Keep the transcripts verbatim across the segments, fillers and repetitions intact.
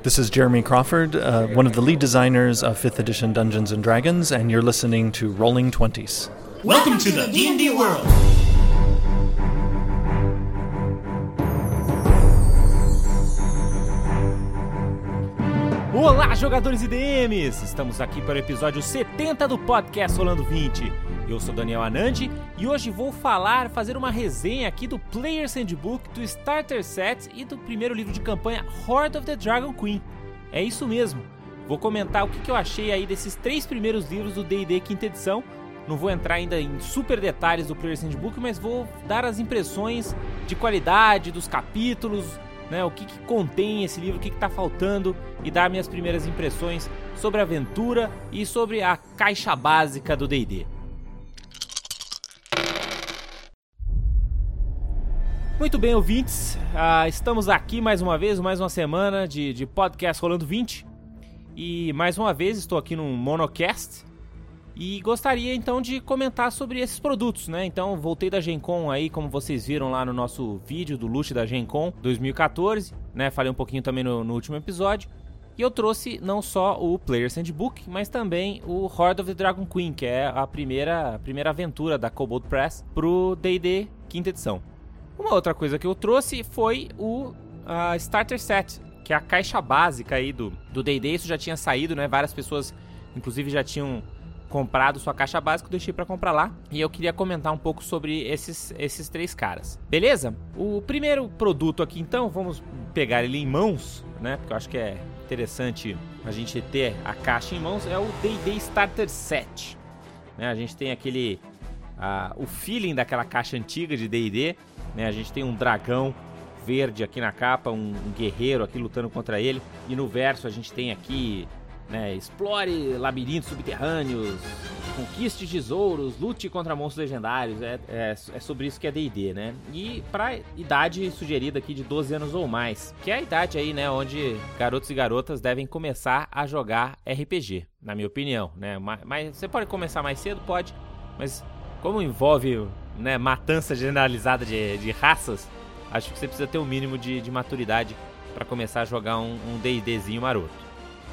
This is Jeremy Crawford, uh, one of the lead designers of fifth edition Dungeons and Dragons, and you're listening to Rolling Twenties. Welcome to the D and D world! Olá, jogadores e D Ms! Estamos aqui para o episódio setenta do podcast Rolando vinte. Eu sou Daniel Anandi e hoje vou falar, fazer uma resenha aqui do Player's Handbook, do Starter Set e do primeiro livro de campanha Horde of the Dragon Queen. É isso mesmo, vou comentar o que, que eu achei aí desses três primeiros livros do D e D quinta edição. Não vou entrar ainda em super detalhes do Player's Handbook, mas vou dar as impressões de qualidade dos capítulos, né, o que, que contém esse livro, o que está faltando, e dar minhas primeiras impressões sobre a aventura e sobre a caixa básica do D e D. Muito bem, ouvintes, uh, estamos aqui mais uma vez, mais uma semana de, de podcast Rolando vinte, e mais uma vez estou aqui num monocast, e gostaria então de comentar sobre esses produtos, né? Então voltei da Gen Con aí, como vocês viram lá no nosso vídeo do Loot da Gen Con dois mil e catorze, né? Falei um pouquinho também no, no último episódio. E eu trouxe não só o Player's Handbook, mas também o Horde of the Dragon Queen, que é a primeira, a primeira aventura da Kobold Press pro D e D quinta edição. Uma outra coisa que eu trouxe foi o uh, Starter Set, que é a caixa básica aí do, do D e D. Isso já tinha saído, né? Várias pessoas, inclusive, já tinham comprado sua caixa básica, eu deixei pra comprar lá, e eu queria comentar um pouco sobre esses, esses três caras, beleza? O primeiro produto aqui, então, vamos pegar ele em mãos, né, porque eu acho que é interessante a gente ter a caixa em mãos, é o D e D Starter Set, né, a gente tem aquele, uh, o feeling daquela caixa antiga de D e D, né, a gente tem um dragão verde aqui na capa, um, um guerreiro aqui lutando contra ele, e no verso a gente tem aqui, né, explore labirintos subterrâneos, conquiste tesouros, lute contra monstros legendários, é, é, é sobre isso que é D e D, né? E pra idade sugerida aqui de doze anos ou mais, que é a idade aí, né, onde garotos e garotas devem começar a jogar R P G, na minha opinião, né? Mas, mas você pode começar mais cedo, pode, mas como envolve, né, matança generalizada de, de raças, acho que você precisa ter um mínimo de, de maturidade para começar a jogar um, um DDzinho maroto.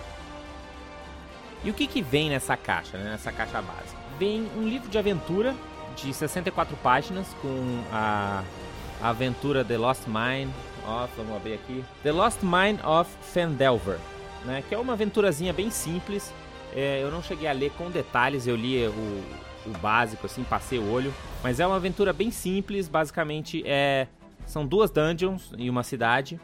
E o que que vem nessa caixa, né? Nessa caixa básica? Vem um livro de aventura de sessenta e quatro páginas com a, a aventura The Lost Mine of... Vamos abrir aqui. The Lost Mine of Phandelver, né? Que é uma aventurazinha bem simples. É, eu não cheguei a ler com detalhes, eu li o, o básico, assim, passei o olho. Mas é uma aventura bem simples, basicamente é... São duas dungeons em uma cidade.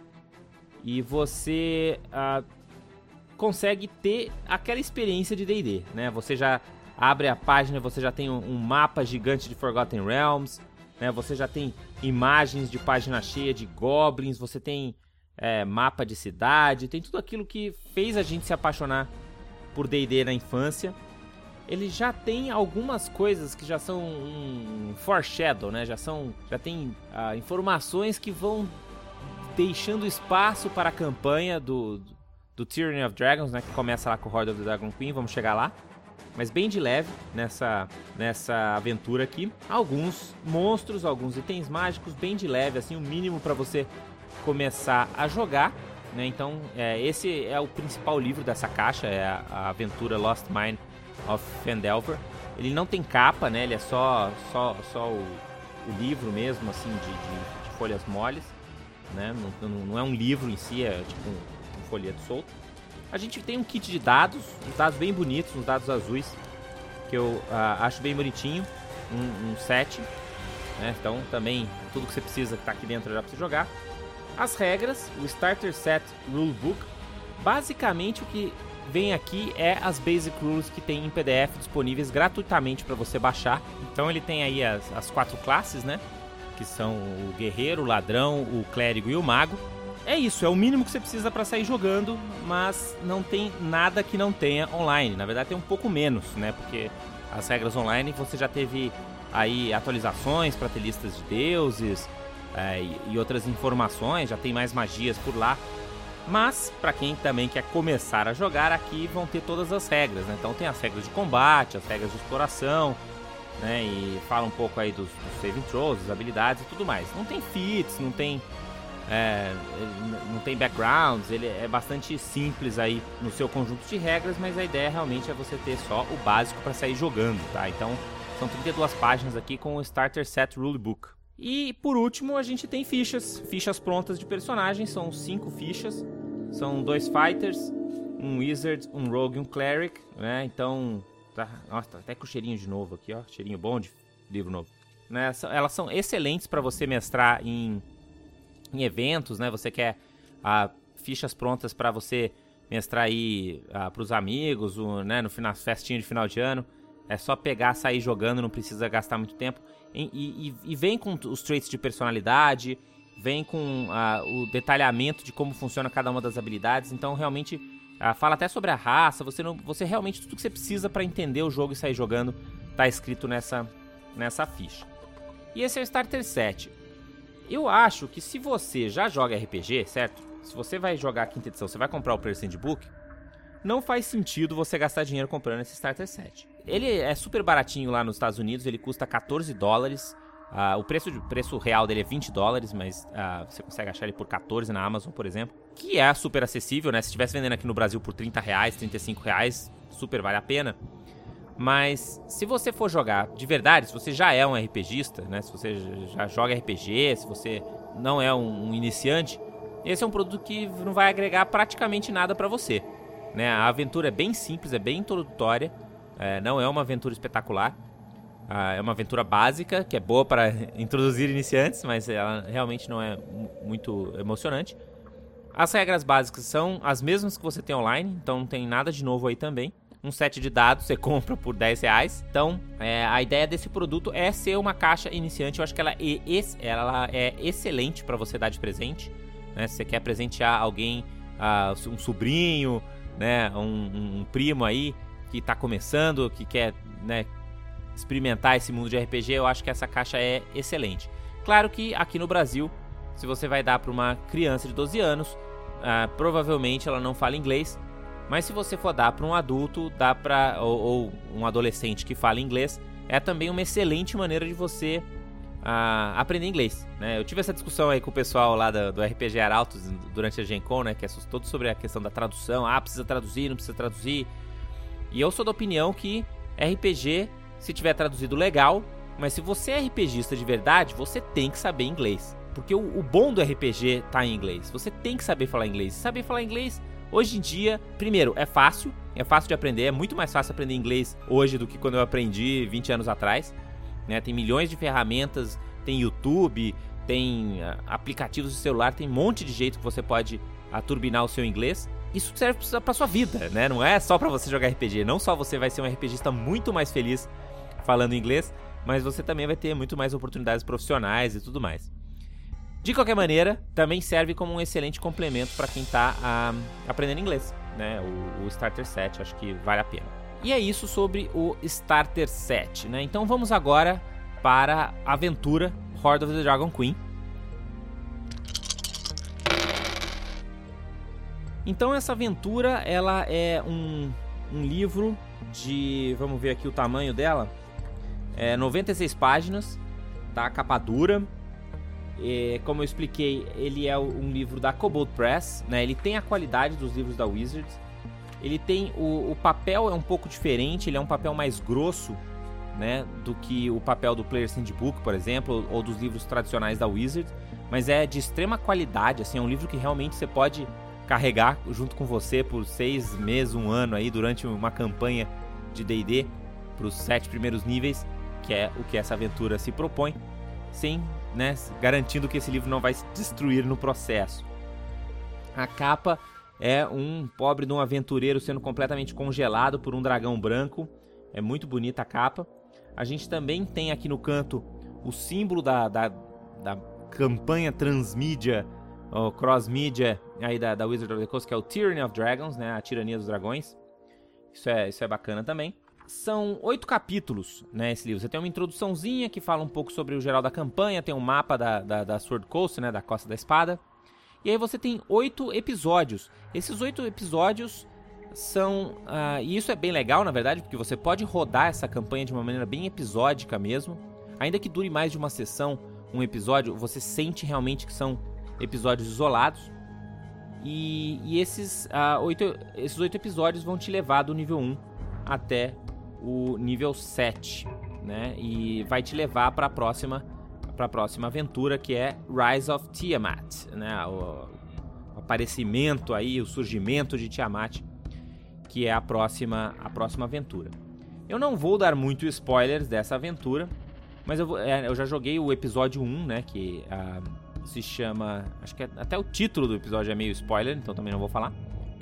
E você... Uh, consegue ter aquela experiência de D e D, né? Você já abre a página, você já tem um, um mapa gigante de Forgotten Realms, né? Você já tem imagens de página cheia de goblins, você tem é, mapa de cidade, tem tudo aquilo que fez a gente se apaixonar por D e D na infância. Ele já tem algumas coisas que já são um foreshadow, né? Já são, já tem ah, informações que vão deixando espaço para a campanha do, do do Tyranny of Dragons, né, que começa lá com o Horde of the Dragon Queen, vamos chegar lá, mas bem de leve nessa, nessa aventura aqui. Alguns monstros, alguns itens mágicos, bem de leve, assim, o mínimo para você começar a jogar, né? Então, é, esse é o principal livro dessa caixa, é a, a aventura Lost Mine of Phandelver. Ele não tem capa, né, ele é só, só, só o, o livro mesmo, assim, de, de, de folhas moles, né, não, não, não é um livro em si, é tipo um folheto solto. A gente tem um kit de dados, uns dados bem bonitos, uns dados azuis, que eu uh, acho bem bonitinho, um, um set, né? Então também tudo que você precisa que tá aqui dentro já pra você jogar. As regras, o Starter Set Rulebook, basicamente o que vem aqui é as Basic Rules que tem em P D F disponíveis gratuitamente para você baixar. Então ele tem aí as, as quatro classes, né? Que são o guerreiro, o ladrão, o clérigo e o mago. É isso, é o mínimo que você precisa para sair jogando, mas não tem nada que não tenha online. Na verdade tem um pouco menos, né? Porque as regras online você já teve aí atualizações para ter listas de deuses é, e, e outras informações, já tem mais magias por lá. Mas, para quem também quer começar a jogar, aqui vão ter todas as regras, né? Então tem as regras de combate, as regras de exploração, né? E fala um pouco aí dos, dos saving throws, das habilidades e tudo mais. Não tem feats, não tem é, ele não tem backgrounds, ele é bastante simples aí no seu conjunto de regras, mas a ideia realmente é você ter só o básico para sair jogando, tá? Então são trinta e duas páginas aqui com o Starter Set Rulebook. E por último a gente tem fichas, fichas prontas de personagens, são cinco fichas, são dois Fighters, um Wizard, um Rogue e um Cleric, né? Então, tá, nossa, tá até com cheirinho de novo aqui, ó, cheirinho bom de livro novo. Né? Elas são excelentes para você mestrar em, em eventos, né? Você quer ah, fichas prontas para você mestrar aí ah, para os amigos, o, né? No final, festinha de final de ano. É só pegar, sair jogando, não precisa gastar muito tempo. E, e, e vem com os traits de personalidade, vem com ah, o detalhamento de como funciona cada uma das habilidades. Então, realmente, ah, fala até sobre a raça. Você, não, você realmente, tudo que você precisa para entender o jogo e sair jogando tá escrito nessa, nessa ficha. E esse é o Starter Set. Eu acho que se você já joga R P G, certo? Se você vai jogar a quinta edição, você vai comprar o Player's Handbook, não faz sentido você gastar dinheiro comprando esse Starter Set. Ele é super baratinho lá nos Estados Unidos, ele custa quatorze dólares. Uh, o preço, de, preço real dele é vinte dólares, mas uh, você consegue achar ele por quatorze na Amazon, por exemplo. Que é super acessível, né? Se estivesse vendendo aqui no Brasil por trinta reais, trinta e cinco reais, super vale a pena. Mas se você for jogar de verdade, se você já é um RPGista, né? Se você já joga R P G, se você não é um, um iniciante, esse é um produto que não vai agregar praticamente nada pra você, né? A aventura é bem simples, é bem introdutória, é, não é uma aventura espetacular. Ah, é uma aventura básica, que é boa para introduzir iniciantes, mas ela realmente não é muito emocionante. As regras básicas são as mesmas que você tem online, então não tem nada de novo aí também. Um set de dados você compra por dez reais. Então, é, a ideia desse produto é ser uma caixa iniciante. Eu acho que ela é, ex, ela é excelente para você dar de presente, né? Se você quer presentear alguém, uh, um sobrinho, né? um, um primo aí que está começando, que quer, né, experimentar esse mundo de R P G, eu acho que essa caixa é excelente. Claro que aqui no Brasil, se você vai dar para uma criança de doze anos, uh, provavelmente ela não fala inglês. Mas se você for dar para um adulto, dá pra, ou, ou um adolescente que fala inglês, é também uma excelente maneira de você uh, aprender inglês, né? Eu tive essa discussão aí com o pessoal lá do, do R P G Arautos durante a Gen Con, né? Que é todo sobre a questão da tradução. Ah, precisa traduzir, não precisa traduzir. E eu sou da opinião que R P G, se tiver traduzido, legal. Mas se você é RPGista de verdade, você tem que saber inglês. Porque o, o bom do R P G tá em inglês. Você tem que saber falar inglês. Saber falar inglês... Hoje em dia, primeiro, é fácil, é fácil de aprender, é muito mais fácil aprender inglês hoje do que quando eu aprendi vinte anos atrás, né? Tem milhões de ferramentas, tem YouTube, tem uh, aplicativos de celular, tem um monte de jeito que você pode uh, turbinar o seu inglês. Isso serve pra sua vida, né? Não é só pra você jogar R P G, não só você vai ser um RPGista muito mais feliz falando inglês, mas você também vai ter muito mais oportunidades profissionais e tudo mais. De qualquer maneira, também serve como um excelente complemento para quem está uh, aprendendo inglês, né? O, o Starter Set, acho que vale a pena. E é isso sobre o Starter Set, né? Então vamos agora para a aventura Horde of the Dragon Queen. Então essa aventura, ela é um, um livro de... Vamos ver aqui o tamanho dela. É noventa e seis páginas, tá? Capa dura. E, como eu expliquei, ele é um livro da Kobold Press, né? Ele tem a qualidade dos livros da Wizards. Ele tem o, o papel é um pouco diferente, ele é um papel mais grosso, né, do que o papel do Player's Handbook, por exemplo, ou dos livros tradicionais da Wizards, mas é de extrema qualidade, assim, é um livro que realmente você pode carregar junto com você por seis meses, um ano aí, durante uma campanha de D e D para os sete primeiros níveis, que é o que essa aventura se propõe, sem, né, garantindo que esse livro não vai se destruir no processo. A capa é um pobre de um aventureiro sendo completamente congelado por um dragão branco. É muito bonita a capa. A gente também tem aqui no canto o símbolo da, da, da campanha transmídia, ou cross-mídia aí da, da Wizard of the Coast, que é o Tyranny of Dragons, né, a Tirania dos Dragões. Isso é, isso é bacana também. São oito capítulos, né, esse livro. Você tem uma introduçãozinha que fala um pouco sobre o geral da campanha, tem um mapa da, da, da Sword Coast, né, da Costa da Espada. E aí você tem oito episódios. Esses oito episódios são... Uh, e isso é bem legal, na verdade, porque você pode rodar essa campanha de uma maneira bem episódica mesmo. Ainda que dure mais de uma sessão, um episódio, você sente realmente que são episódios isolados. E, e esses, uh, oito, esses oito episódios vão te levar do nível um até o nível sete, né? E vai te levar para a próxima, para a próxima aventura, que é Rise of Tiamat, né? O, o aparecimento aí, o surgimento de Tiamat, que é a próxima, a próxima aventura. Eu não vou dar muito spoilers dessa aventura, mas eu, vou, é, eu já joguei o episódio um, né? Que uh, se chama... Acho que é, até o título do episódio é meio spoiler, então também não vou falar.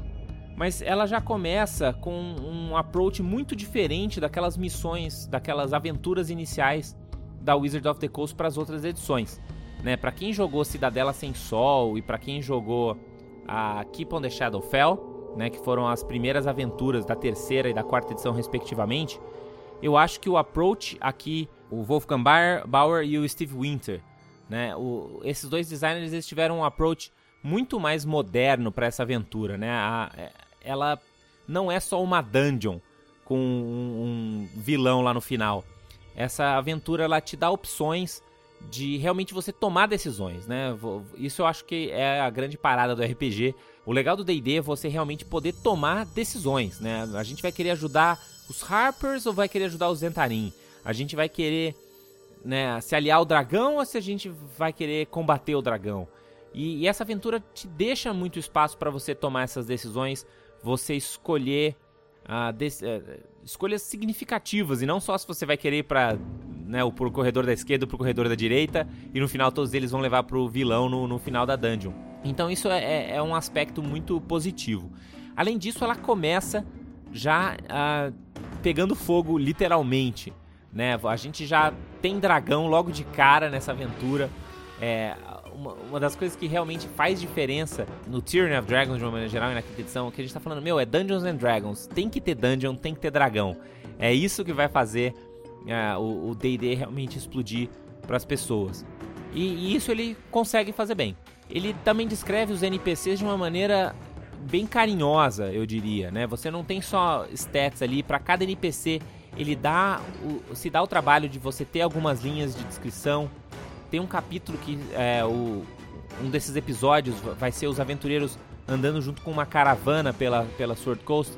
Mas ela já começa com um approach muito diferente daquelas missões, daquelas aventuras iniciais da Wizard of the Coast para as outras edições, né? Para quem jogou Cidadela Sem Sol e para quem jogou a Keep on the Shadowfell, né? Que foram as primeiras aventuras da terceira e da quarta edição respectivamente, eu acho que o approach aqui, o Wolfgang Bauer e o Steve Winter, né? O, esses dois designers eles tiveram um approach muito mais moderno para essa aventura, né? A, ela não é só uma dungeon com um, um vilão lá no final. Essa aventura ela te dá opções de realmente você tomar decisões, né? Isso eu acho que é a grande parada do R P G. O legal do D e D é você realmente poder tomar decisões, né? A gente vai querer ajudar os Harpers ou vai querer ajudar os Zentarim? A gente vai querer, né, se aliar ao dragão ou se a gente vai querer combater o dragão? E, e essa aventura te deixa muito espaço para você tomar essas decisões, você escolher uh, des, uh, escolhas significativas, e não só se você vai querer ir para, né, o pro corredor da esquerda ou pro corredor da direita, e no final todos eles vão levar pro vilão no, no final da dungeon. Então isso é, é um aspecto muito positivo. Além disso, ela começa já uh, pegando fogo literalmente, né? A gente já tem dragão logo de cara nessa aventura. É, uma, uma das coisas que realmente faz diferença no Tyranny of Dragons de uma maneira geral e na quinta edição, que a gente tá falando, meu, é Dungeons and Dragons, tem que ter dungeon, tem que ter dragão. É isso que vai fazer uh, o D e D realmente explodir para as pessoas. E, e isso ele consegue fazer bem. Ele também descreve os N P Cs de uma maneira bem carinhosa, eu diria, né? Você não tem só stats ali, para cada N P C ele dá o, se dá o trabalho de você ter algumas linhas de descrição. Tem um capítulo que é, o, um desses episódios vai ser os aventureiros andando junto com uma caravana pela, pela Sword Coast,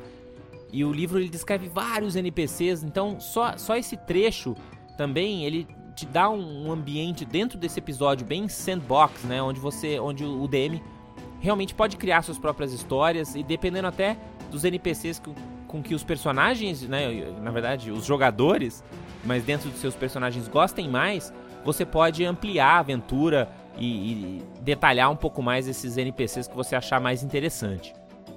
e o livro ele descreve vários N P Cs, então só, só esse trecho também ele te dá um, um ambiente dentro desse episódio bem sandbox, né, onde você, onde o D M realmente pode criar suas próprias histórias, e dependendo até dos N P Cs com, com que os personagens, né, na verdade os jogadores, mas dentro dos seus personagens gostem mais, você pode ampliar a aventura e, e detalhar um pouco mais esses N P Cs que você achar mais interessante.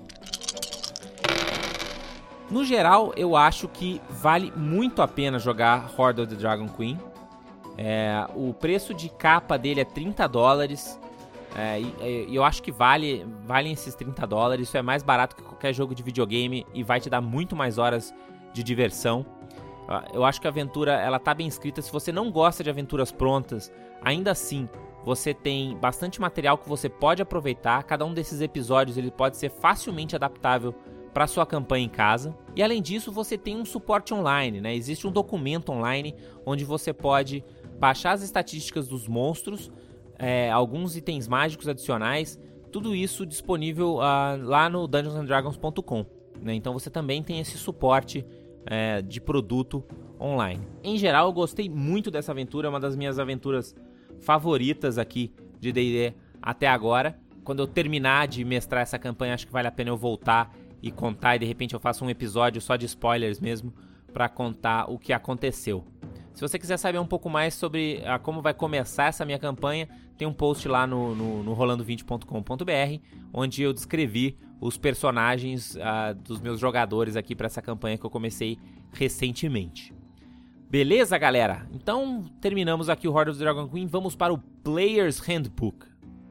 No geral, eu acho que vale muito a pena jogar Hoard of the Dragon Queen. É, o preço de capa dele é trinta dólares. É, e, e eu acho que vale, valem esses trinta dólares. Isso é mais barato que qualquer jogo de videogame e vai te dar muito mais horas de diversão. Eu acho que a aventura ela tá bem escrita. Se você não gosta de aventuras prontas, ainda assim você tem bastante material que você pode aproveitar. Cada um desses episódios ele pode ser facilmente adaptável para sua campanha em casa. E além disso, você tem um suporte online, né? Existe um documento online onde você pode baixar as estatísticas dos monstros, é, alguns itens mágicos adicionais, tudo isso disponível uh, lá no dungeons and dragons ponto com, né? Então você também tem esse suporte é, de produto online. Em geral, eu gostei muito dessa aventura, é uma das minhas aventuras favoritas aqui de D e D até agora. Quando eu terminar de mestrar essa campanha, acho que vale a pena eu voltar e contar, e de repente eu faço um episódio só de spoilers mesmo, para contar o que aconteceu. Se você quiser saber um pouco mais sobre a, como vai começar essa minha campanha, tem um post lá no, no, no rolando vinte ponto com ponto b r, onde eu descrevi os personagens uh, dos meus jogadores aqui para essa campanha que eu comecei recentemente. Beleza, galera? Então, terminamos aqui o Hoard of the Dragon Queen, vamos para o Player's Handbook.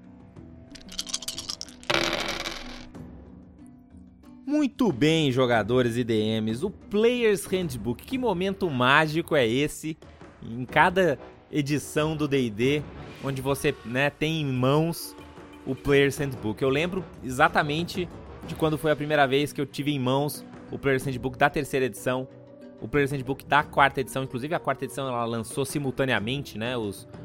Muito bem, jogadores e D Ms, o Player's Handbook, que momento mágico é esse em cada edição do D e D, onde você, né, tem em mãos o Player's Handbook. Eu lembro exatamente de quando foi a primeira vez que eu tive em mãos o Player's Handbook da terceira edição, o Player's Handbook da quarta edição, inclusive a quarta edição ela lançou simultaneamente, né, os,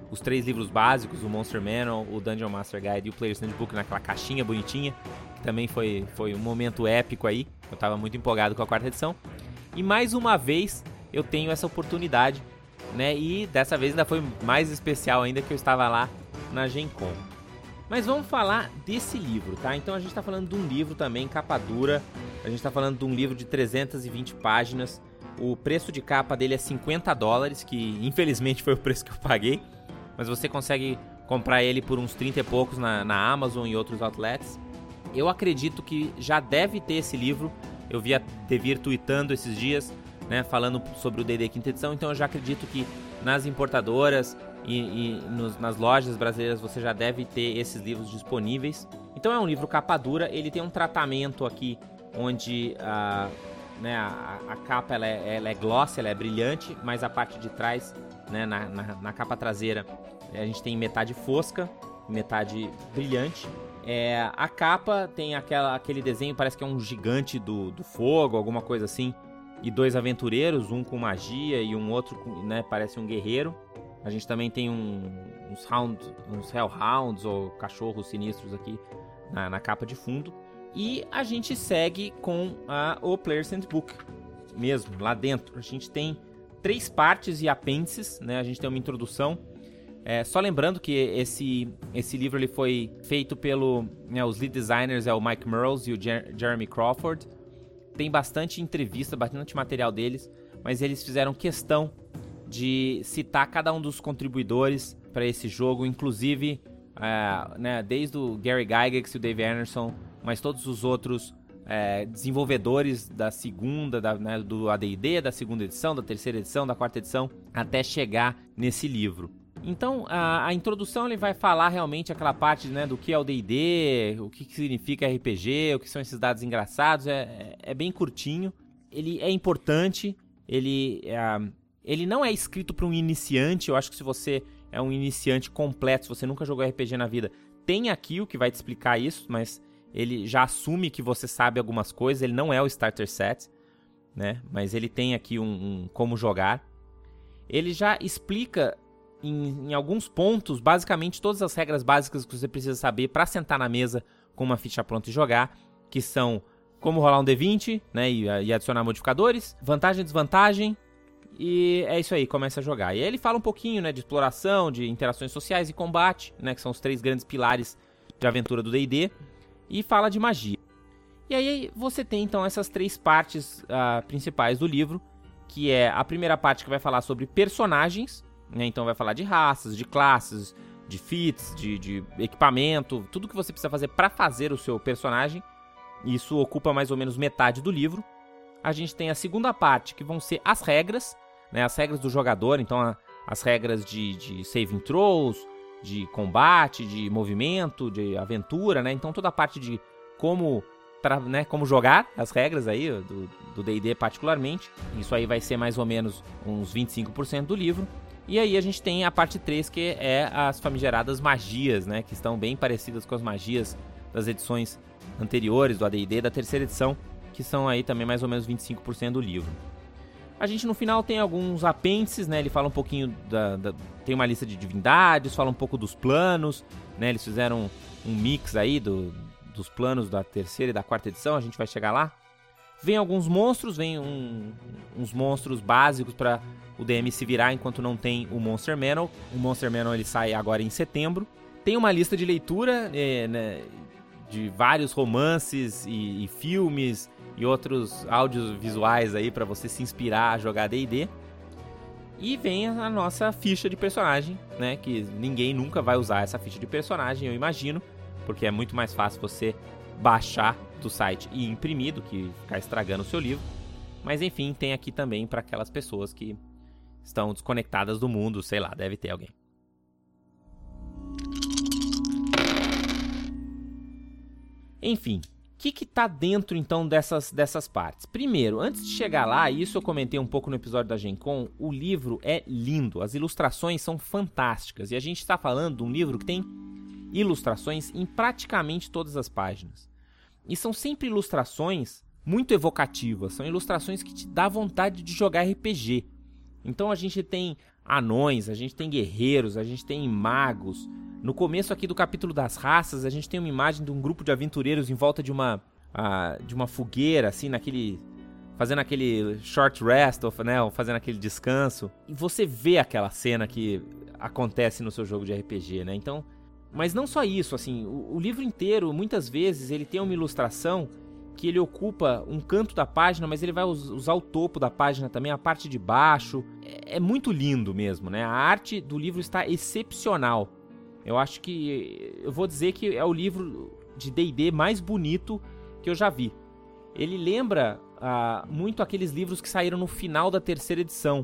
os três livros básicos, o Monster Manual, o Dungeon Master Guide e o Player's Handbook naquela caixinha bonitinha, que também foi, foi um momento épico aí. Eu estava muito empolgado com a quarta edição. E mais uma vez eu tenho essa oportunidade, né? E dessa vez ainda foi mais especial ainda que eu estava lá na Gen Con. Mas vamos falar desse livro, tá? Então a gente está falando de um livro também, capa dura. A gente está falando de um livro de trezentas e vinte páginas. O preço de capa dele é cinquenta dólares, que infelizmente foi o preço que eu paguei. Mas você consegue comprar ele por uns trinta e poucos na, na Amazon e outros outlets. Eu acredito que já deve ter esse livro. Eu vi a Devir tweetando esses dias, né, falando sobre o D e D quinta edição. Então eu já acredito que nas importadoras e, e nos, nas lojas brasileiras você já deve ter esses livros disponíveis. Então é um livro capa dura. Ele tem um tratamento aqui onde a, né, a, a capa ela é, ela é glossy, ela é brilhante, mas a parte de trás, né, na, na, na capa traseira, a gente tem metade fosca, metade brilhante. É, a capa tem aquela, aquele desenho, parece que é um gigante do, do fogo, alguma coisa assim, e dois aventureiros, um com magia e um outro, com, né, parece um guerreiro. A gente também tem um, uns, hound, uns hellhounds ou cachorros sinistros aqui na, na capa de fundo. E a gente segue com a, o Player's Handbook mesmo, lá dentro. A gente tem três partes e apêndices, né? A gente tem uma introdução. É, só lembrando que esse, esse livro ele foi feito pelo... Né, os lead designers é o Mike Mearls e o Jer- Jeremy Crawford. Tem bastante entrevista, bastante material deles, mas eles fizeram questão de citar cada um dos contribuidores para esse jogo, inclusive é, né, desde o Gary Gygax e o Dave Anderson, mas todos os outros é, desenvolvedores da segunda, da, né, do A D e D, da segunda edição, da terceira edição, da quarta edição, até chegar nesse livro. Então, a, a introdução ele vai falar realmente aquela parte, né, do que é o D e D, o que, que significa R P G, o que são esses dados engraçados, é, é, é bem curtinho, ele é importante, ele, é, ele não é escrito para um iniciante. Eu acho que se você é um iniciante completo, se você nunca jogou R P G na vida, tem aqui o que vai te explicar isso, mas ele já assume que você sabe algumas coisas, ele não é o starter set, né, mas ele tem aqui um, um como jogar. Ele já explica... Em, em alguns pontos, basicamente todas as regras básicas que você precisa saber para sentar na mesa com uma ficha pronta e jogar, que são como rolar um D vinte, né, e, e adicionar modificadores, vantagem e desvantagem, e é isso aí, começa a jogar. E aí ele fala um pouquinho, né, de exploração, de interações sociais e combate, né, que são os três grandes pilares de aventura do D e D, e fala de magia. E aí você tem então essas três partes uh, principais do livro, que é a primeira parte que vai falar sobre personagens, né? Então vai falar de raças, de classes, de feats, de, de equipamento, tudo que você precisa fazer para fazer o seu personagem. Isso ocupa mais ou menos metade do livro. A gente tem a segunda parte, que vão ser as regras, né? As regras do jogador, então a, as regras de, de saving throws, de combate, de movimento, de aventura, né? Então toda a parte de como, pra, né, como jogar, as regras aí do, do D e D particularmente. Isso aí vai ser mais ou menos uns vinte e cinco por cento do livro. E aí a gente tem a parte três, que é as famigeradas magias, né? Que estão bem parecidas com as magias das edições anteriores do A D e D, da terceira edição, que são aí também mais ou menos vinte e cinco por cento do livro. A gente no final tem alguns apêndices, né? Ele fala um pouquinho, da, da, tem uma lista de divindades, fala um pouco dos planos, né? Eles fizeram um mix aí do, dos planos da terceira e da quarta edição, a gente vai chegar lá. Vem alguns monstros, vem um, uns monstros básicos para o D M se virar enquanto não tem o Monster Manual. O Monster Manual ele sai agora em setembro. Tem uma lista de leitura é, né, de vários romances e, e filmes e outros áudios visuais aí para você se inspirar a jogar D e D. E vem a nossa ficha de personagem, né, que ninguém nunca vai usar essa ficha de personagem, eu imagino, porque é muito mais fácil você baixar do site e imprimir do que ficar estragando o seu livro. Mas enfim, tem aqui também para aquelas pessoas que estão desconectadas do mundo, sei lá, deve ter alguém. Enfim, o que que tá dentro então dessas, dessas partes? Primeiro, antes de chegar lá, isso eu comentei um pouco no episódio da Gen Con, o livro é lindo, as ilustrações são fantásticas, e a gente está falando de um livro que tem ilustrações em praticamente todas as páginas. E são sempre ilustrações muito evocativas, são ilustrações que te dá vontade de jogar R P G. Então a gente tem anões, a gente tem guerreiros, a gente tem magos. No começo aqui do capítulo das raças, a gente tem uma imagem de um grupo de aventureiros em volta de uma, uh, de uma fogueira, assim, naquele... fazendo aquele short rest, ou, né, ou fazendo aquele descanso. E você vê aquela cena que acontece no seu jogo de R P G, né? Então, mas não só isso, assim, o, o livro inteiro, muitas vezes, ele tem uma ilustração que ele ocupa um canto da página, mas ele vai us- usar o topo da página também, a parte de baixo. É, é muito lindo mesmo, né? A arte do livro está excepcional. Eu acho que... eu vou dizer que é o livro de D e D mais bonito que eu já vi. Ele lembra uh, muito aqueles livros que saíram no final da terceira edição.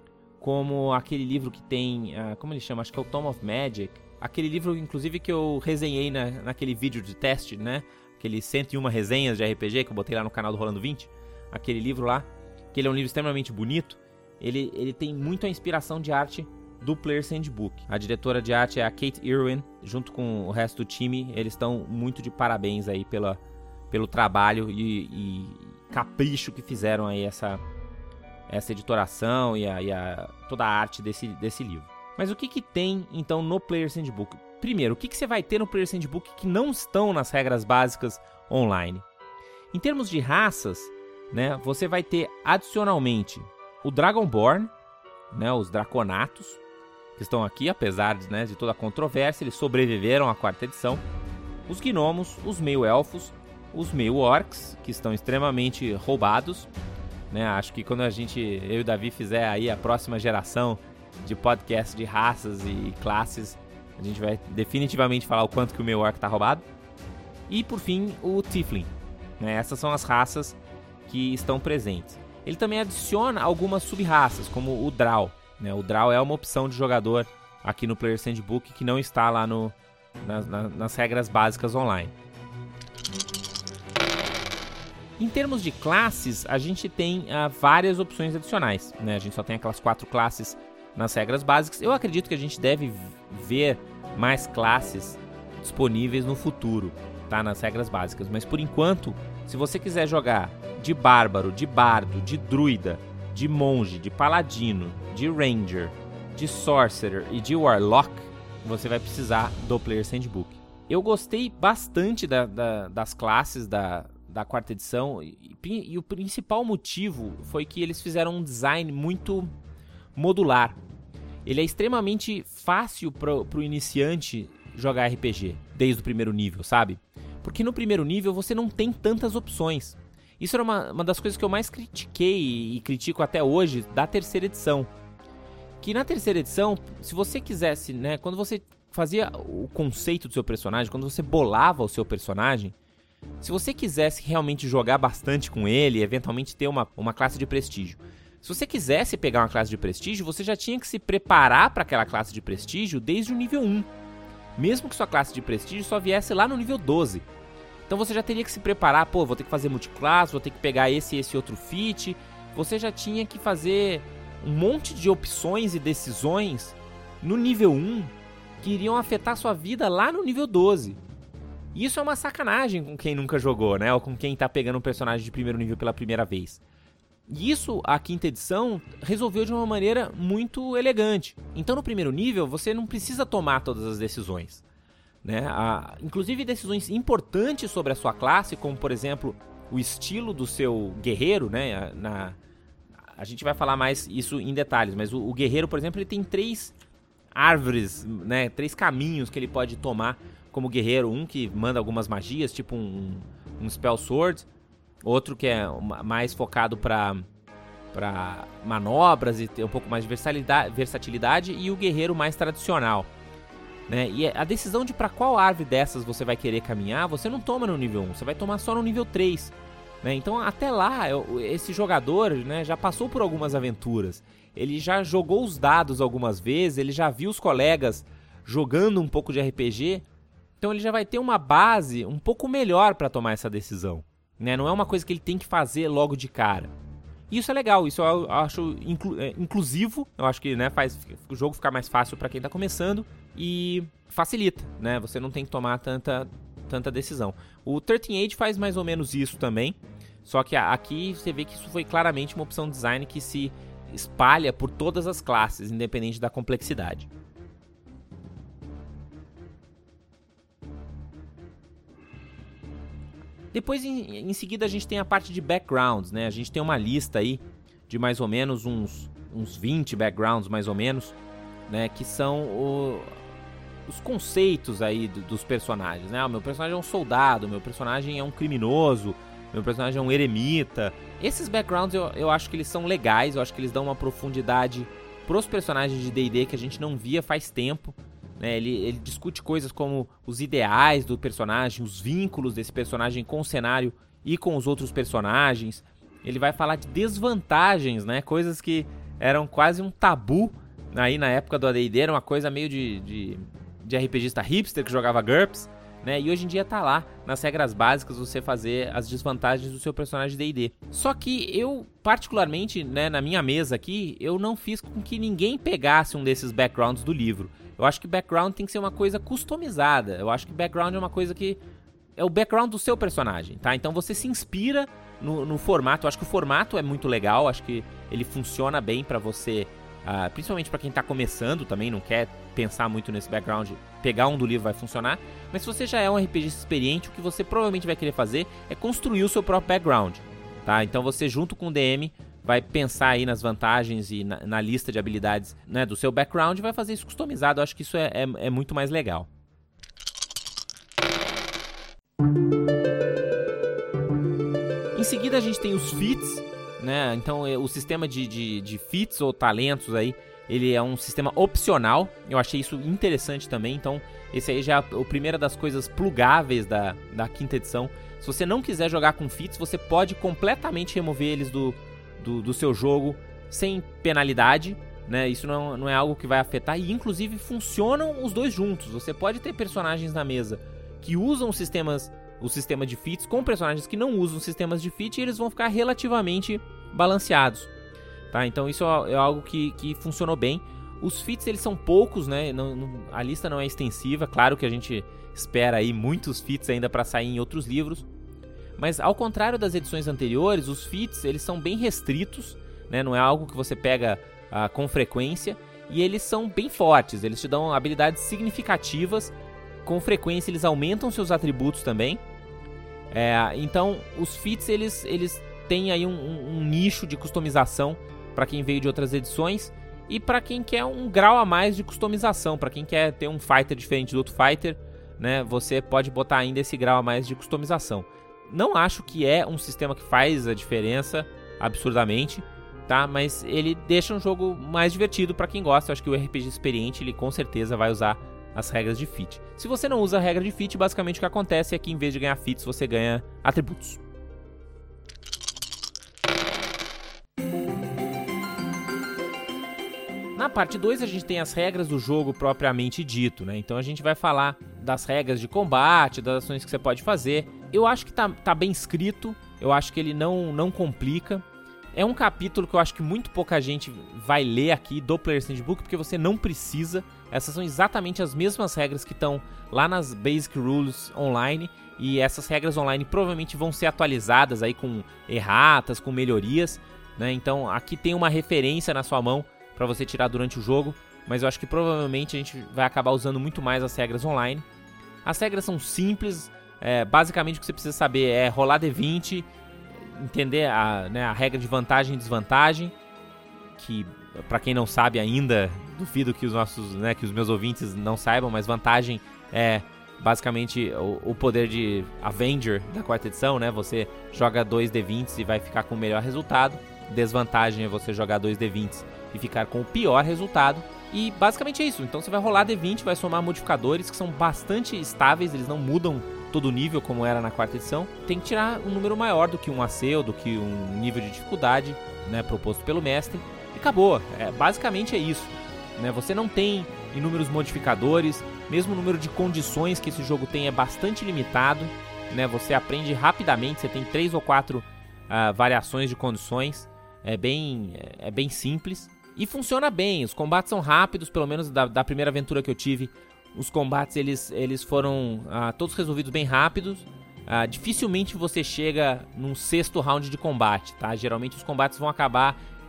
Como aquele livro que tem... Uh, como ele chama? Acho que é o Tome of Magic. Aquele livro, inclusive, que eu resenhei na, naquele vídeo de teste, né? Aqueles cento e uma resenhas de R P G que eu botei lá no canal do Rolando vinte. Aquele livro lá, que ele é um livro extremamente bonito. Ele, ele tem muito a inspiração de arte do Player's Handbook. A diretora de arte é a Kate Irwin, junto com o resto do time. Eles estão muito de parabéns aí pela, pelo trabalho e, e capricho que fizeram aí essa, essa editoração e, a, e a, toda a arte desse, desse livro. Mas o que, que tem, então, no Player's Handbook? Primeiro, o que, que você vai ter no Player's Handbook que não estão nas regras básicas online? Em termos de raças, né, você vai ter, adicionalmente, o Dragonborn, né, os Draconatos, que estão aqui, apesar de, né, de toda a controvérsia, eles sobreviveram à quarta edição. Os Gnomos, os Meio-Elfos, os Meio-Orcs, que estão extremamente roubados. Né, acho que quando a gente, eu e o Davi, fizer aí a próxima geração de podcast de raças e classes, a gente vai definitivamente falar o quanto que o meu orc tá roubado. E por fim, o Tiefling, né? Essas são as raças que estão presentes. Ele também adiciona algumas sub-raças, como o Drow, né? O Drow é uma opção de jogador aqui no Player's Handbook que não está lá no, na, na, nas regras básicas online. Em termos de classes, a gente tem uh, várias opções adicionais, né? A gente só tem aquelas quatro classes nas regras básicas. Eu acredito que a gente deve ver mais classes disponíveis no futuro, tá? Nas regras básicas. Mas por enquanto, se você quiser jogar de bárbaro, de bardo, de druida, de monge, de paladino, de ranger, de sorcerer e de warlock, você vai precisar do Player's Handbook. Eu gostei bastante da, da, das classes da, da quarta edição e, e o principal motivo foi que eles fizeram um design muito modular. Ele é extremamente fácil para o iniciante jogar R P G desde o primeiro nível, sabe? Porque no primeiro nível você não tem tantas opções. Isso era uma, uma das coisas que eu mais critiquei e critico até hoje da terceira edição. Que na terceira edição, se você quisesse, né, quando você fazia o conceito do seu personagem, quando você bolava o seu personagem, se você quisesse realmente jogar bastante com ele e eventualmente ter uma, uma classe de prestígio, se você quisesse pegar uma classe de prestígio, você já tinha que se preparar para aquela classe de prestígio desde o nível um. Mesmo que sua classe de prestígio só viesse lá no nível doze. Então você já teria que se preparar, pô, vou ter que fazer multiclasse, vou ter que pegar esse e esse outro feat. Você já tinha que fazer um monte de opções e decisões no nível um que iriam afetar sua vida lá no nível doze. E isso é uma sacanagem com quem nunca jogou, né? Ou com quem tá pegando um personagem de primeiro nível pela primeira vez. E isso, a quinta edição, resolveu de uma maneira muito elegante. Então, no primeiro nível, você não precisa tomar todas as decisões, né? A, inclusive, decisões importantes sobre a sua classe, como, por exemplo, o estilo do seu guerreiro, né? Na, a gente vai falar mais isso em detalhes, mas o, o guerreiro, por exemplo, ele tem três árvores, né? Três caminhos que ele pode tomar como guerreiro. Um que manda algumas magias, tipo um, um Spell Sword. Outro que é mais focado para para manobras e ter um pouco mais de versatilidade, versatilidade. E o guerreiro mais tradicional, né? E a decisão de para qual árvore dessas você vai querer caminhar, você não toma no nível um, você vai tomar só no nível três. Né? Então até lá, esse jogador, né, já passou por algumas aventuras. Ele já jogou os dados algumas vezes, ele já viu os colegas jogando um pouco de R P G. Então ele já vai ter uma base um pouco melhor para tomar essa decisão. Né? Não é uma coisa que ele tem que fazer logo de cara. E isso é legal, isso eu acho inclu- é, inclusivo, eu acho que, né, faz o jogo ficar mais fácil para quem está começando e facilita, né? Você não tem que tomar tanta, tanta decisão. O treze Age faz mais ou menos isso também, só que aqui você vê que isso foi claramente uma opção de design que se espalha por todas as classes, independente da complexidade. Depois, em, em seguida, a gente tem a parte de backgrounds, né? A gente tem uma lista aí de mais ou menos uns, uns vinte backgrounds, mais ou menos, né? Que são o, os conceitos aí do, dos personagens, né? O meu personagem é um soldado, o meu personagem é um criminoso, meu personagem é um eremita. Esses backgrounds eu, eu acho que eles são legais, eu acho que eles dão uma profundidade pros personagens de D e D que a gente não via faz tempo. Né? Ele, ele discute coisas como os ideais do personagem, os vínculos desse personagem com o cenário e com os outros personagens. Ele vai falar de desvantagens, né? Coisas que eram quase um tabu aí na época do A D e D, era uma coisa meio de, de, de RPGista hipster que jogava GURPS. Né? E hoje em dia tá lá, nas regras básicas, você fazer as desvantagens do seu personagem de D e D. Só que eu, particularmente, né, na minha mesa aqui, eu não fiz com que ninguém pegasse um desses backgrounds do livro. Eu acho que background tem que ser uma coisa customizada. Eu acho que background é uma coisa que é o background do seu personagem, tá? Então você se inspira no, no formato. Eu acho que o formato é muito legal, acho que ele funciona bem pra você... Uh, principalmente para quem tá começando também, não quer pensar muito nesse background, pegar um do livro vai funcionar. Mas se você já é um R P G experiente, o que você provavelmente vai querer fazer é construir o seu próprio background, tá? Então você, junto com o D M, vai pensar aí nas vantagens e na, na lista de habilidades, né, do seu background e vai fazer isso customizado. Eu acho que isso é, é, é muito mais legal. Em seguida a gente tem os feats, né? Então o sistema de, de, de feats ou talentos aí, ele é um sistema opcional. Eu achei isso interessante também. Então esse aí já é a primeira das coisas plugáveis da, da quinta edição. Se você não quiser jogar com feats, você pode completamente remover eles do, do, do seu jogo sem penalidade, né? Isso não, não é algo que vai afetar. E inclusive funcionam os dois juntos. Você pode ter personagens na mesa que usam sistemas... o sistema de feats com personagens que não usam sistemas de feat, e eles vão ficar relativamente balanceados, tá? Então isso é algo que, que funcionou bem. Os feats, eles são poucos, né? Não, não, a lista não é extensiva. Claro que a gente espera aí muitos feats ainda para sair em outros livros, mas ao contrário das edições anteriores, os feats, eles são bem restritos, né? Não é algo que você pega ah, com frequência, e eles são bem fortes. Eles te dão habilidades significativas. Com frequência eles aumentam seus atributos também. É, então os feats, eles, eles têm aí um, um, um nicho de customização para quem veio de outras edições e para quem quer um grau a mais de customização, para quem quer ter um fighter diferente do outro fighter, né, você pode botar ainda esse grau a mais de customização. Não acho que é um sistema que faz a diferença absurdamente, tá? Mas ele deixa um jogo mais divertido para quem gosta. Eu acho que o R P G experiente, ele com certeza vai usar as regras de feat. Se você não usa a regra de feat, basicamente o que acontece é que em vez de ganhar feats, você ganha atributos. Na parte dois a gente tem as regras do jogo propriamente dito, né? Então a gente vai falar das regras de combate, das ações que você pode fazer. Eu acho que tá, tá bem escrito, eu acho que ele não, não complica. É um capítulo que eu acho que muito pouca gente vai ler aqui do Player's Handbook, porque você não precisa. Essas são exatamente as mesmas regras que estão lá nas Basic Rules online, e essas regras online provavelmente vão ser atualizadas aí com erratas, com melhorias, né? Então aqui tem uma referência na sua mão para você tirar durante o jogo, mas eu acho que provavelmente a gente vai acabar usando muito mais as regras online. As regras são simples, é, basicamente o que você precisa saber é rolar D vinte, entender a, né, a regra de vantagem e desvantagem, que para quem não sabe ainda, duvido que os nossos, né, que os meus ouvintes não saibam, mas vantagem é basicamente o, o poder de Avenger da quarta edição, né? Você joga dois D vinte e vai ficar com o melhor resultado. Desvantagem é você jogar dois D vinte e ficar com o pior resultado. E basicamente é isso. Então você vai rolar D vinte, vai somar modificadores que são bastante estáveis, eles não mudam todo o nível como era na quarta edição. Tem que tirar um número maior do que um A C ou do que um nível de dificuldade, né, proposto pelo mestre. E acabou. É, basicamente é isso, né? Você não tem inúmeros modificadores, mesmo o número de condições que esse jogo tem é bastante limitado, né? Você aprende rapidamente, você tem três ou quatro uh, variações de condições, é bem, é bem simples e funciona bem. Os combates são rápidos, pelo menos da, da primeira aventura que eu tive, os combates eles, eles foram uh, todos resolvidos bem rápidos. Uh, dificilmente você chega num sexto round de combate, tá? Geralmente os combates vão acabar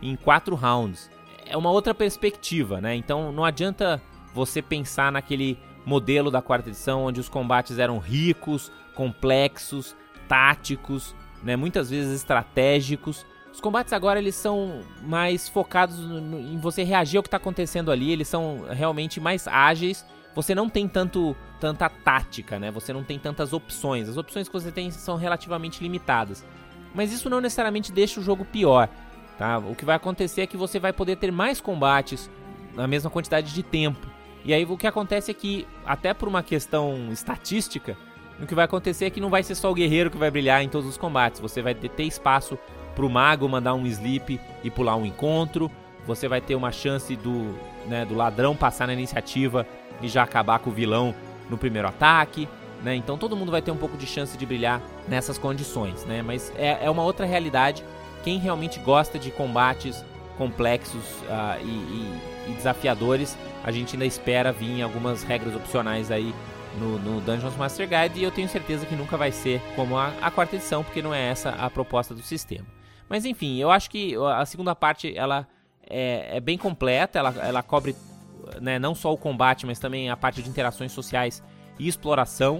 em quatro rounds. É uma outra perspectiva, né? Então não adianta você pensar naquele modelo da quarta edição onde os combates eram ricos, complexos, táticos, né? Muitas vezes estratégicos. Os combates agora eles são mais focados no, no, em você reagir ao que está acontecendo ali, eles são realmente mais ágeis, você não tem tanto, tanta tática, né? Você não tem tantas opções, as opções que você tem são relativamente limitadas. Mas isso não necessariamente deixa o jogo pior, tá? O que vai acontecer é que você vai poder ter mais combates na mesma quantidade de tempo. E aí o que acontece é que, até por uma questão estatística, o que vai acontecer é que não vai ser só o guerreiro que vai brilhar em todos os combates, você vai ter espaço pro mago mandar um sleep e pular um encontro, você vai ter uma chance do, né, do ladrão passar na iniciativa e já acabar com o vilão no primeiro ataque, né? Então todo mundo vai ter um pouco de chance de brilhar nessas condições, né? Mas é, é uma outra realidade. Quem realmente gosta de combates complexos uh, e, e, e desafiadores, a gente ainda espera vir algumas regras opcionais aí No, no Dungeons Master Guide, e eu tenho certeza que nunca vai ser como a, a quarta edição, porque não é essa a proposta do sistema. Mas enfim, eu acho que a segunda parte ela é, é bem completa, ela, ela cobre, né, não só o combate, mas também a parte de interações sociais e exploração.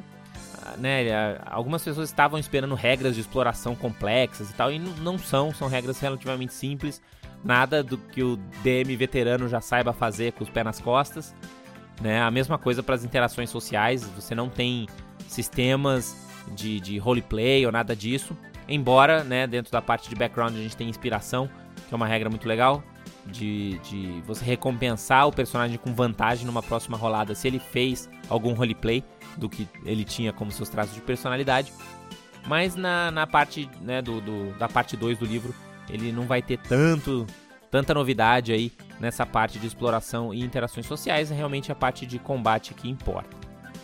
Né, algumas pessoas estavam esperando regras de exploração complexas e tal, e não são, são regras relativamente simples, nada do que o D M veterano já saiba fazer com os pés nas costas. Né, a mesma coisa para as interações sociais, você não tem sistemas de, de roleplay ou nada disso, embora, né, dentro da parte de background a gente tem inspiração, que é uma regra muito legal, de, de você recompensar o personagem com vantagem numa próxima rolada se ele fez algum roleplay do que ele tinha como seus traços de personalidade. Mas na, na parte, né, do, do, da parte dois do livro, ele não vai ter tanto... tanta novidade aí nessa parte de exploração e interações sociais, é realmente a parte de combate que importa.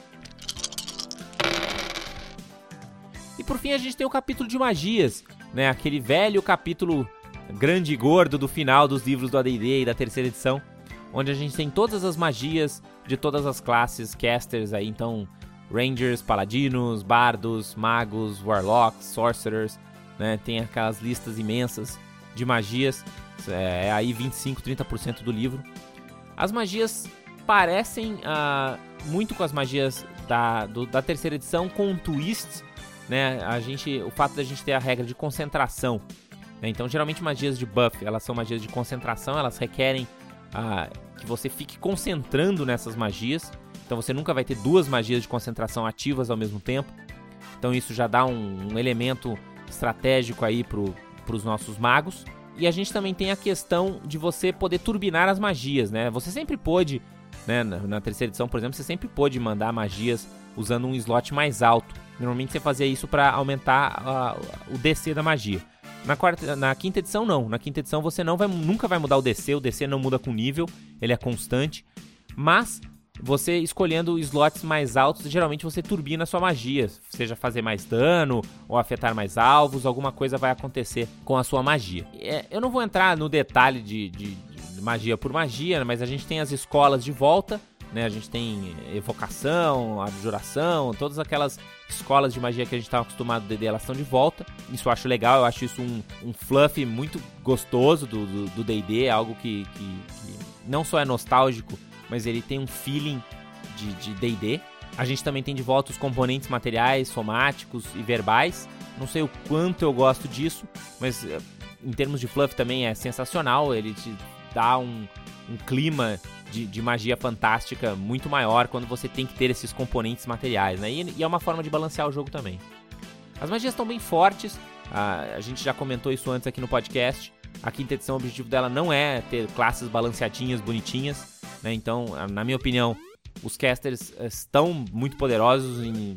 E por fim a gente tem o capítulo de magias, né? Aquele velho capítulo grande e gordo do final dos livros do A D e D e da terceira edição, onde a gente tem todas as magias de todas as classes, casters aí, então Rangers, Paladinos, Bardos, Magos, Warlocks, Sorcerers, né? Tem aquelas listas imensas de magias. É aí vinte e cinco, trinta por cento do livro. As magias parecem uh, muito com as magias da, do, da terceira edição, com um twist, né? A gente, o fato da gente ter a regra de concentração, né? Então geralmente magias de buff, elas são magias de concentração, elas requerem uh, que você fique concentrando nessas magias. Então você nunca vai ter duas magias de concentração ativas ao mesmo tempo. Então isso já dá um, um elemento estratégico aí pro, pros nossos magos. E a gente também tem a questão de você poder turbinar as magias, né? Você sempre pôde, né, na, na terceira edição, por exemplo, você sempre pôde mandar magias usando um slot mais alto. Normalmente você fazia isso para aumentar uh, o D C da magia. Na, quarta, na quinta edição, não. Na quinta edição você não vai, nunca vai mudar o D C, o D C não muda com nível, ele é constante. Mas você escolhendo slots mais altos, geralmente você turbina a sua magia, seja fazer mais dano ou afetar mais alvos, alguma coisa vai acontecer com a sua magia. É, eu não vou entrar no detalhe de, de, de magia por magia, mas a gente tem as escolas de volta, né? A gente tem evocação, abjuração, todas aquelas escolas de magia que a gente estava acostumado no D e D, elas estão de volta. Isso eu acho legal, eu acho isso um, um fluff muito gostoso do D e D, algo que, que, que não só é nostálgico, mas ele tem um feeling de D e D. A gente também tem de volta os componentes materiais, somáticos e verbais. Não sei o quanto eu gosto disso, mas em termos de fluff também é sensacional. Ele te dá um, um clima de, de magia fantástica muito maior quando você tem que ter esses componentes materiais, né? E, e é uma forma de balancear o jogo também. As magias estão bem fortes, a, a gente já comentou isso antes aqui no podcast. A quinta edição, o objetivo dela não é ter classes balanceadinhas, bonitinhas, né? Então, na minha opinião, os casters estão muito poderosos, em,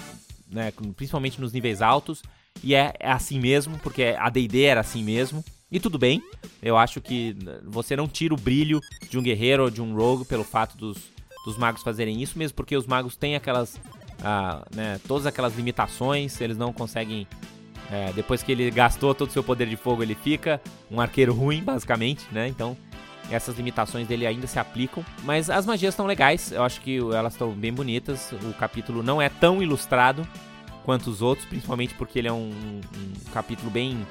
né, principalmente nos níveis altos, e é, é assim mesmo, porque a D e D era assim mesmo, e tudo bem. Eu acho que você não tira o brilho de um guerreiro ou de um rogue pelo fato dos, dos magos fazerem isso, mesmo porque os magos têm aquelas, ah, né, todas aquelas limitações, eles não conseguem... É, depois que ele gastou todo o seu poder de fogo, ele fica um arqueiro ruim, basicamente, né? Então, essas limitações dele ainda se aplicam. Mas as magias estão legais, eu acho que elas estão bem bonitas. O capítulo não é tão ilustrado quanto os outros, principalmente porque ele é um, um capítulo bem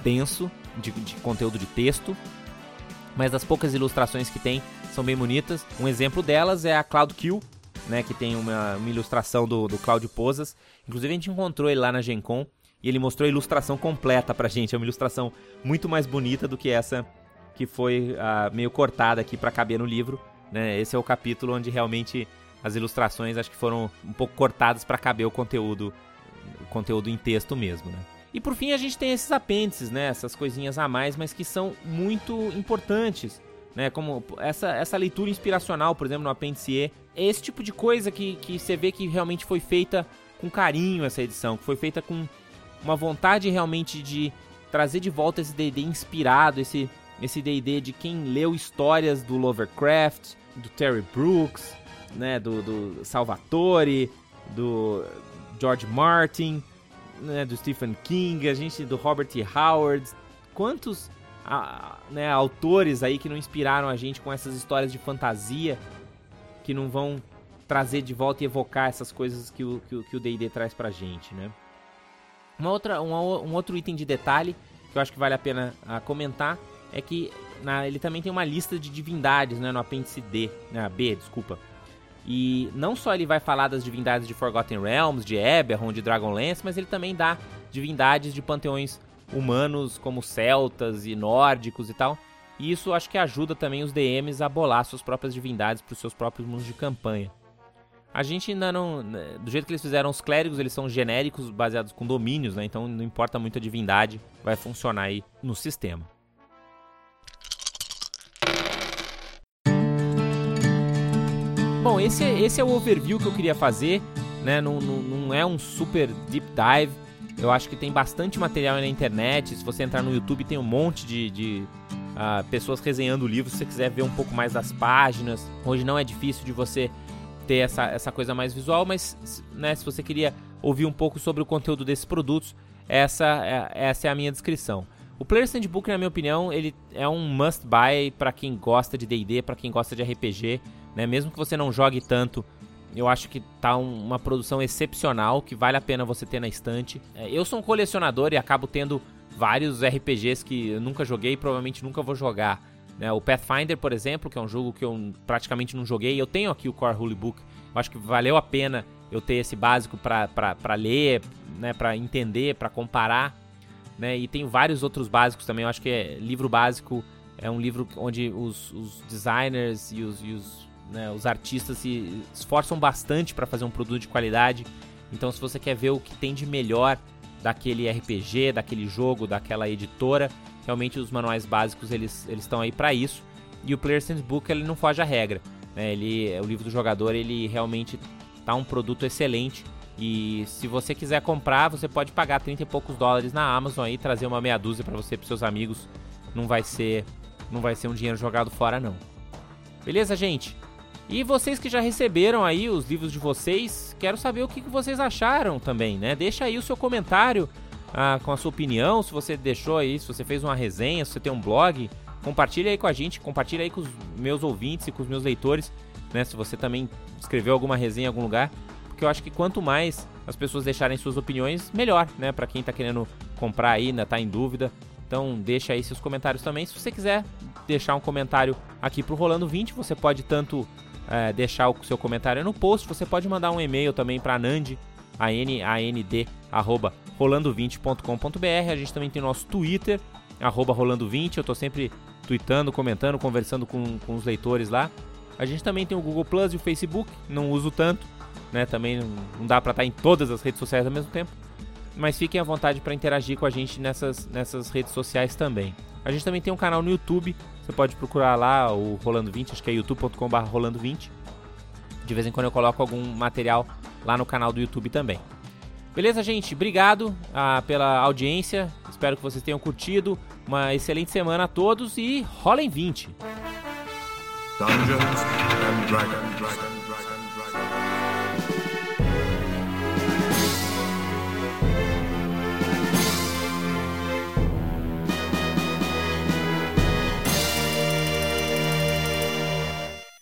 denso de, de conteúdo de texto, mas as poucas ilustrações que tem são bem bonitas. Um exemplo delas é a Cloud Kill, né, que tem uma, uma ilustração do, do Claudio Pozas. Inclusive a gente encontrou ele lá na Gen Con e ele mostrou a ilustração completa pra gente. É uma ilustração muito mais bonita do que essa que foi uh, meio cortada aqui pra caber no livro, né? Esse é o capítulo onde realmente as ilustrações acho que foram um pouco cortadas pra caber o conteúdo, o conteúdo em texto mesmo, né? E por fim a gente tem esses apêndices, né, essas coisinhas a mais, mas que são muito importantes, né, como essa, essa leitura inspiracional, por exemplo, no apêndice E. É esse tipo de coisa que, que você vê que realmente foi feita com carinho, essa edição, que foi feita com uma vontade realmente de trazer de volta esse D e D inspirado, esse esse D e D de quem leu histórias do Lovecraft, do Terry Brooks, né, do, do Salvatore, do George Martin, né, do Stephen King, a gente do Robert E. Howard. Quantos a, né, autores aí que não inspiraram a gente com essas histórias de fantasia, que não vão trazer de volta e evocar essas coisas que o, que o, que o D e D traz pra gente, né? Uma outra, um, um outro item de detalhe que eu acho que vale a pena a, comentar é que na, ele também tem uma lista de divindades, né, no apêndice D, né, B, desculpa. E não só ele vai falar das divindades de Forgotten Realms, de Eberron, de Dragonlance, mas ele também dá divindades de panteões humanos como celtas e nórdicos e tal. E isso acho que ajuda também os D Ms a bolar suas próprias divindades para os seus próprios mundos de campanha. A gente ainda não... Do jeito que eles fizeram os clérigos, eles são genéricos, baseados com domínios, né? Então não importa muito a divindade, vai funcionar aí no sistema. Bom, esse é, esse é o overview que eu queria fazer, né? Não, não, não é um super deep dive. Eu acho que tem bastante material aí na internet. Se você entrar no YouTube, tem um monte de... de uh, pessoas resenhando o livro, se você quiser ver um pouco mais das páginas. Hoje não é difícil de você ter essa, essa coisa mais visual, mas, né, se você queria ouvir um pouco sobre o conteúdo desses produtos, essa é, essa é a minha descrição. O Player's Handbook, na minha opinião, ele é um must buy para quem gosta de D e D, para quem gosta de R P G, né? Mesmo que você não jogue tanto, eu acho que tá um, uma produção excepcional, que vale a pena você ter na estante. É, eu sou um colecionador e acabo tendo vários R P Gs que eu nunca joguei e provavelmente nunca vou jogar. Né, o Pathfinder, por exemplo, que é um jogo que eu praticamente não joguei, eu tenho aqui o Core Rule Book. Eu acho que valeu a pena eu ter esse básico para ler, né, para entender, para comparar. Né, e tem vários outros básicos também. Eu acho que é, livro básico é um livro onde os, os designers e os, e os, né, os artistas se esforçam bastante para fazer um produto de qualidade. Então, se você quer ver o que tem de melhor daquele R P G, daquele jogo, daquela editora, realmente os manuais básicos eles eles estão aí para isso. E o Player's Handbook ele não foge à regra, né? Ele, o livro do jogador, ele realmente tá um produto excelente. E se você quiser comprar, você pode pagar trinta e poucos dólares na Amazon aí, trazer uma meia dúzia para você e para seus amigos. Não vai ser não vai ser um dinheiro jogado fora não. Beleza, gente? E vocês que já receberam aí os livros de vocês, quero saber o que vocês acharam também, né? Deixa aí o seu comentário ah, com a sua opinião, se você deixou aí, se você fez uma resenha, se você tem um blog, compartilha aí com a gente, compartilha aí com os meus ouvintes e com os meus leitores, né? Se você também escreveu alguma resenha em algum lugar, porque eu acho que quanto mais as pessoas deixarem suas opiniões, melhor, né? Pra quem tá querendo comprar aí, ainda tá em dúvida. Então deixa aí seus comentários também. Se você quiser deixar um comentário aqui pro Rolando vinte, você pode tanto é, deixar o seu comentário no post, você pode mandar um e-mail também pra Nand, a n a n d arroba rolando vinte ponto com ponto b r. A gente também tem nosso Twitter, arroba rolando vinte. Eu tô sempre tweetando, comentando, conversando com, com os leitores lá. A gente também tem o Google Plus e o Facebook, não uso tanto, né? Também não, não dá pra estar em todas as redes sociais ao mesmo tempo, mas fiquem à vontade para interagir com a gente nessas, nessas redes sociais também. A gente também tem um canal no YouTube, você pode procurar lá o Rolando vinte, acho que é youtube ponto com barra rolando vinte. De vez em quando eu coloco algum material lá no canal do YouTube também. Beleza, gente? Obrigado ah, pela audiência, espero que vocês tenham curtido. Uma excelente semana a todos e rolem vinte! Dungeons and Dragons.